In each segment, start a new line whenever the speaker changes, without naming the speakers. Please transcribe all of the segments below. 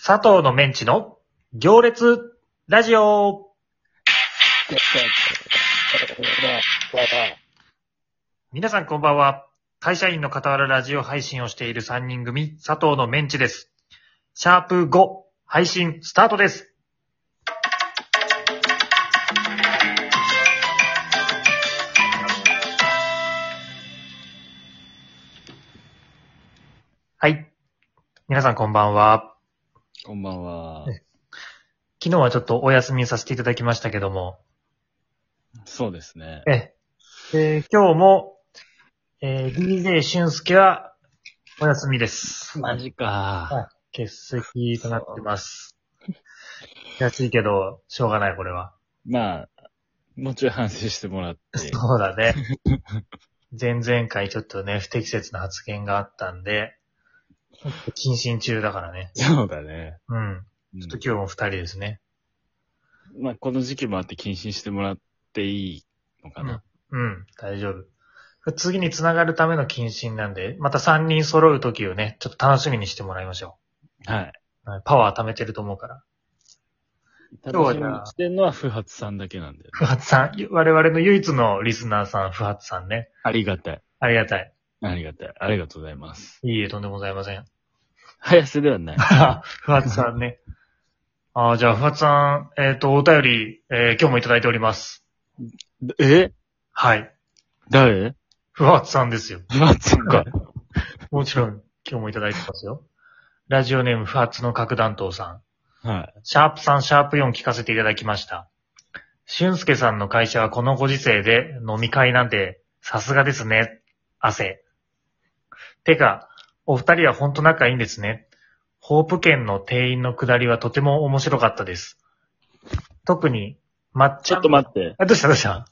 佐藤のメンチの行列ラジオ。皆さんこんばんは。会社員の傍らラジオ配信をしている3人組、佐藤のメンチです。シャープ5、配信スタートです。はい。皆さんこんばんは。
こんばんは。
昨日はちょっとお休みさせていただきましたけども。
そうですね。
今日も、DJ 俊介はお休みです。
マジか。
欠席となってます。悔しいけど、しょうがないこれは。
まあ、もうちょい反省してもらって。
そうだね。前々回ちょっとね、不適切な発言があったんで、謹慎中だからね。
そうだね。
うん。ちょっと今日も2人ですね。
まあ、この時期もあって謹慎してもらっていいのかな。
うん、大丈夫。次に繋がるための謹慎なんで、また3人揃う時をね、ちょっと楽しみにしてもらいましょ
はい。
う。パワー貯めてると思うから。
楽しみにしてんのは不発さんだけなんだよ。
不発さん、我々の唯一のリスナーさん、不発さんね。
ありがたい。
ありがたい。
ありがたい。ありがとうございます。
いいえ、とんでもございません。
早瀬ではない。
不発さんね。じゃあ、不発さん、お便り、今日もいただいております。はい。
誰
不発さんですよ。
不発さんか。
もちろん、今日もいただいてますよ。ラジオネーム不発の核弾頭さ
ん。はい。
シャープ3、シャープ4聞かせていただきました。俊介さんの会社はこのご時世で飲み会なんて、さすがですね。汗。てか、お二人はほんと仲いいんですね。ホープ券の店員の下りはとても面白かったです。特に、
ちょっと待って。
どうした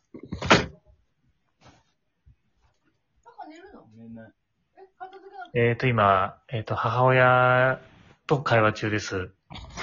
今、母親と会話中です。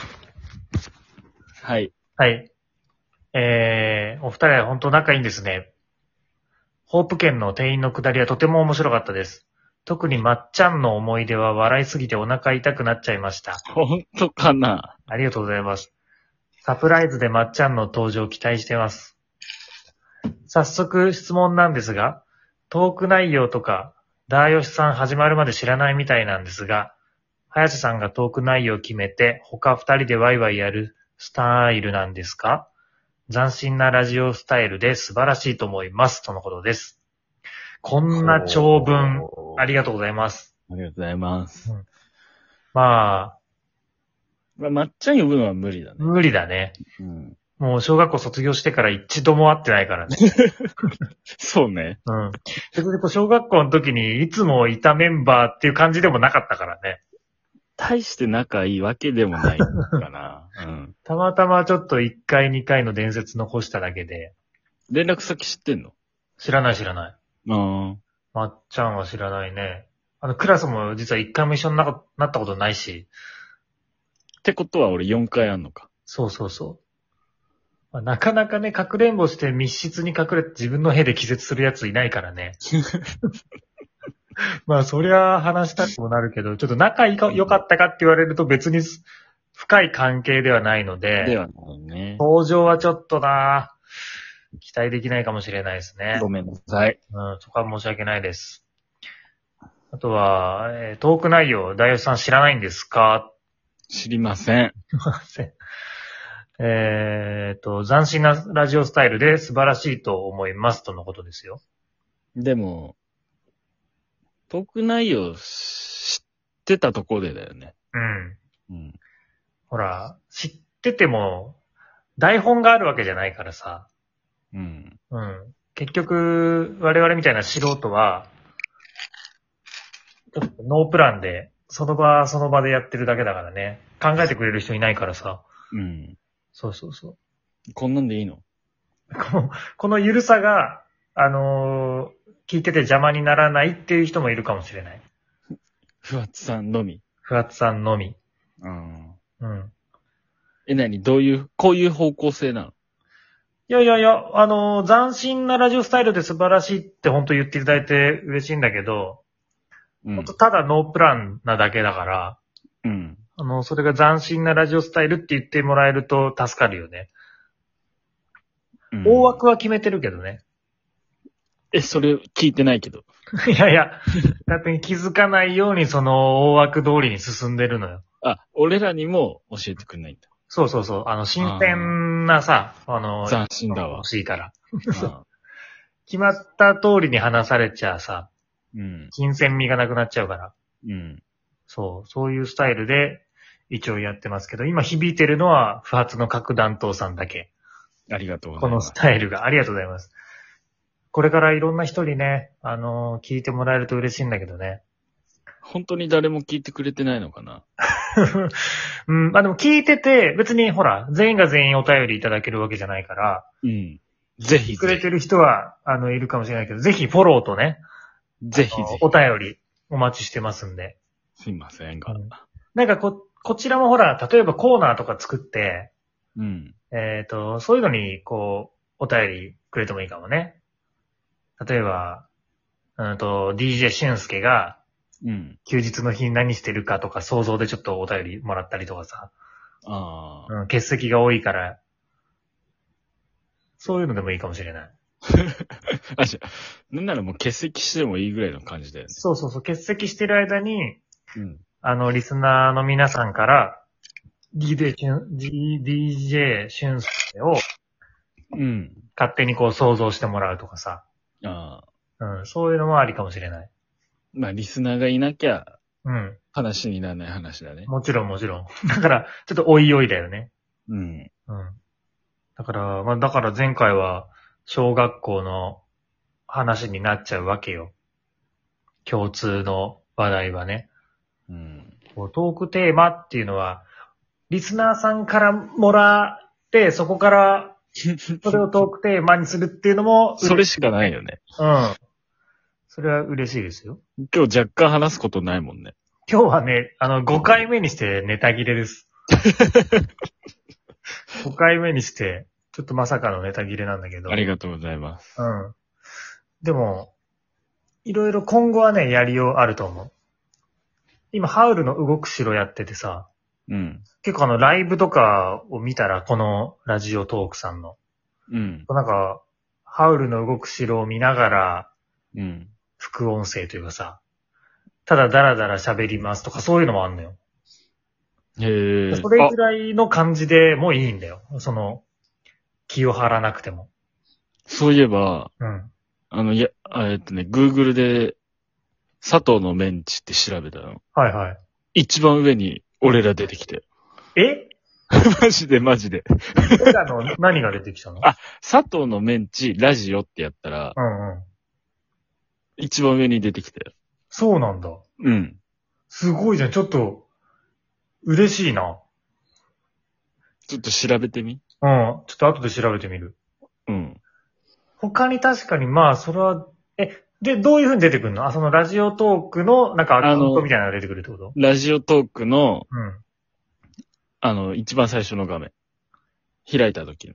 はい。
はい。お二人は本当仲いいんですね。ホープ券の店員の下りはとても面白かったです。特にまっちゃんの思い出は笑いすぎてお腹痛くなっちゃいました。
ほんとかな。
ありがとうございます。サプライズでまっちゃんの登場を期待しています。早速質問なんですが、トーク内容とか、ダーヨシさん始まるまで知らないみたいなんですが、早瀬さんがトーク内容を決めて、他二人でワイワイやるスタイルなんですか？斬新なラジオスタイルで素晴らしいと思います。とのことです。こんな長文、ありがとうございます。
ありがとうございます。
ま
っちゃん呼ぶのは無理だね。
無理だね。
うん。
もう小学校卒業してから一度も会ってないからね。
そうね。
うん。別に小学校の時にいつもいたメンバーっていう感じでもなかったからね。
大して仲いいわけでもないかな。うん。
たまたまちょっと1回2回の伝説残しただけで。
連絡先知ってんの？
知らない。まっちゃんは知らないね。クラスも実は1回も一緒になったことないし。
ってことは俺4回あんのか。
そう。なかなかね、かくれんぼして密室に隠れて自分の部屋で気絶するやついないからね。まあ、そりゃ話したくもなるけど、ちょっと仲良かったかって言われると別に深い関係ではないので、
ではないね。
登場はちょっと期待できないかもしれないですね。
ごめんなさい。
そこは申し訳ないです。あとは、トーク内容、大吉さん知らないんですか？
知りません。
斬新なラジオスタイルで素晴らしいと思いますとのことですよ。
でも、トーク内容知ってたところでだよね。うん。
ほら、知ってても、台本があるわけじゃないからさ。
うん。
結局、我々みたいな素人は、ちょっとノープランで、その場でやってるだけだからね。考えてくれる人いないからさ。
うん。
そう。
こんなんでいいの？
このゆるさが、聞いてて邪魔にならないっていう人もいるかもしれない。
ふわっさんのみ。
ふわっさんのみ。
うん。
うん。
こういう方向性なの？
いや、斬新なラジオスタイルで素晴らしいって本当言っていただいて嬉しいんだけど、
うん。
ただノープランなだけだから、
うん。
それが斬新なラジオスタイルって言ってもらえると助かるよね。大枠は決めてるけどね。
それ聞いてないけど。
いやいや、勝手に気づかないようにその大枠通りに進んでるのよ。
俺らにも教えてくれないんだ。
そうそうそう。新鮮なさ、
斬新だわ。
欲しいから。決まった通りに話されちゃさ、新鮮味がなくなっちゃうから。そういうスタイルで一応やってますけど、今響いてるのは不発の核弾頭さんだけ。
ありがとうございます。
このスタイルが。ありがとうございます。これからいろんな人にね、聞いてもらえると嬉しいんだけどね。
本当に誰も聞いてくれてないのかな
でも聞いてて、別にほら、全員が全員お便りいただけるわけじゃないから、
ぜひ。
くれてる人は、いるかもしれないけど、ぜひフォローとね、
ぜひ。
お便りお待ちしてますんで。
すいませんが。
なんかこちらもほら、例えばコーナーとか作って、そういうのに、お便りくれてもいいかもね。例えば、DJ 俊介が、休日の日に何してるかとか想像でちょっとお便りもらったりとかさ。欠席が多いから、そういうのでもいいかもしれない。
なんならもう欠席してもいいぐらいの感じだよね。
そう。欠席してる間に、リスナーの皆さんから、DJ 俊介を、勝手に想像してもらうとかさ。そういうのもありかもしれない。
リスナーがいなきゃ、話にならない話だね。
もちろん。だから、ちょっとおいおいだよね。だから前回は、小学校の話になっちゃうわけよ。共通の話題はね。トークテーマっていうのは、リスナーさんからもらって、そこから、それをトークテーマにするっていうのも、
それしかないよね。
それは嬉しいですよ。
今日若干話すことないもんね。
今日はね、5回目にしてネタ切れです。5回目にして、ちょっとまさかのネタ切れなんだけど。
ありがとうございます。
でも、いろいろ今後はね、やりようあると思う。今、ハウルの動く城やっててさ、結構ライブとかを見たら、このラジオトークさんの。なんか、ハウルの動く城を見ながら、副音声というかさ、ただダラダラ喋りますとかそういうのもあんのよ。それぐらいの感じでもういいんだよ。気を張らなくても。
そういえば、Google で、佐藤のメンチって調べたの。一番上に俺ら出てきて。マジで。
俺らの何が出てきたの？
佐藤のメンチラジオってやったら、一番上に出てきたよ。
そうなんだ。すごいじゃん。ちょっと、嬉しいな。
ちょっと調べてみ？
ちょっと後で調べてみる。他に確かに、それは、で、どういう風に出てくるの？そのラジオトークの、なんかアカウントみたいなのが出てくるってこと？
ラジオトークの、一番最初の画面。開いた時の。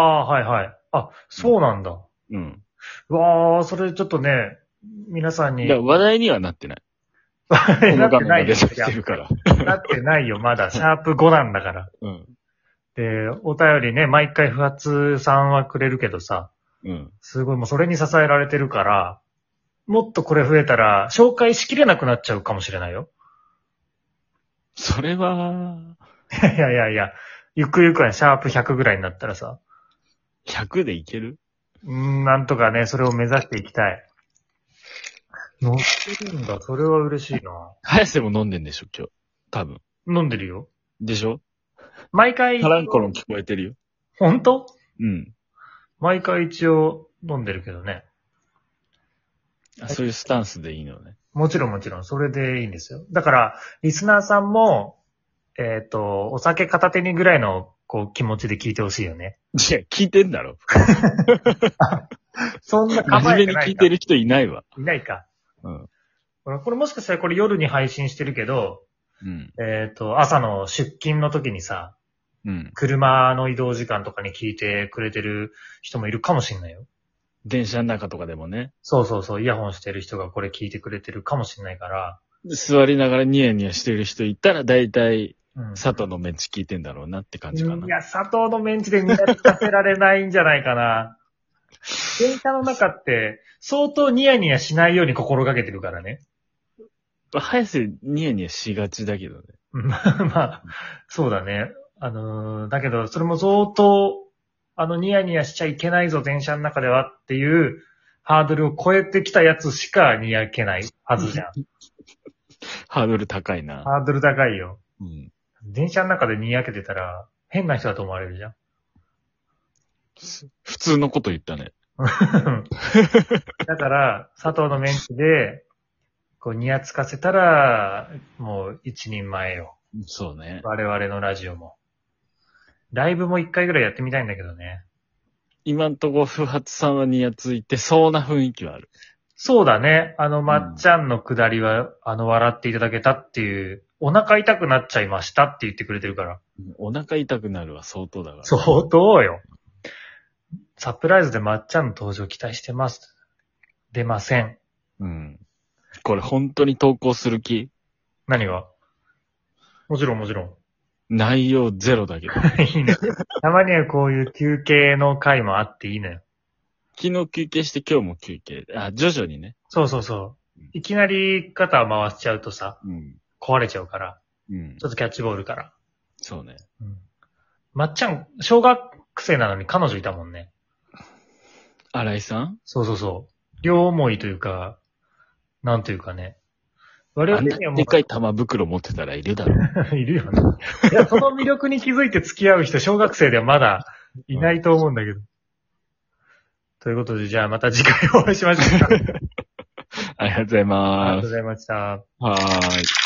そうなんだ。うわー、それちょっとね、皆さんに。
話題にはなってない。
なってないよ。
な
ってないよ、まだ。シャープ5なんだから。で、お便りね、毎回不発さんはくれるけどさ。すごい、もうそれに支えられてるから、もっとこれ増えたら、紹介しきれなくなっちゃうかもしれないよ。
それは。
いや、ゆくゆくはシャープ100ぐらいになったらさ。
100でいける？
なんとかね、それを目指していきたい。乗ってるんだ。それは嬉しいな。
早瀬も飲んでんでしょ、今日。多分。
飲んでるよ。
でしょ？
毎回。
カランコロン聞こえてるよ。
ほんと？毎回一応飲んでるけどね。
そういうスタンスでいいのね。
もちろん。それでいいんですよ。だから、リスナーさんも、お酒片手にぐらいの、気持ちで聞いてほしいよね。
いや、聞いてんだろ。
そんな構えてないか。真面目に
聞いてる人いないわ。
いないか。これもしかしたらこれ夜に配信してるけど、朝の出勤の時にさ、車の移動時間とかに聞いてくれてる人もいるかもしんないよ。
電車の中とかでもね。
そう、イヤホンしてる人がこれ聞いてくれてるかもしんないから。
座りながらニヤニヤしてる人いたら大体佐藤のメンチ聞いてんだろうなって感じかな。
いや、佐藤のメンチでニヤつかせられないんじゃないかな。電車の中って、相当ニヤニヤしないように心がけてるからね。
早瀬ニヤニヤしがちだけどね。
まあ、そうだね。だけど、それも相当、ニヤニヤしちゃいけないぞ、電車の中ではっていうハードルを超えてきたやつしかにやけないはずじゃん。
ハードル高いな。
ハードル高いよ。
うん。
電車の中でにやけてたら、変な人だと思われるじゃん。
普通のこと言ったね。
だから、佐藤のメンチで、こう、にやつかせたら、もう一人前よ。
そうね。
我々のラジオも。ライブも一回ぐらいやってみたいんだけどね。
今んとこ不発さんはニヤついてそうな雰囲気はある。
そうだね。まっちゃんのくだりは、笑っていただけたっていう、お腹痛くなっちゃいましたって言ってくれてるから。
お腹痛くなるは相当だから。
相当よ。サプライズでまっちゃんの登場期待してます。出ません。
うん。これ本当に投稿する気？
何が？もちろんもちろん。
内容ゼロだけど。
いいね。たまにはこういう休憩の回もあっていいのよ。
昨日休憩して今日も休憩。徐々にね。
そうそうそう。いきなり肩を回しちゃうとさ、
うん。
壊れちゃうから、
うん。
ちょっとキャッチボールから。
そうね。
まっちゃん、小学生なのに彼女いたもんね。
新井さん？
そうそうそう。両思いというか、なんというかね。我
あんな
々にはも
でかい玉袋持ってたらいるだろ。
う、いるよね。いや、その魅力に気づいて付き合う人、小学生ではまだいないと思うんだけど。ということで、じゃあまた次回お会いしましょうか。
ありがとうござい
ありが
ます。
とうございました。
はーい。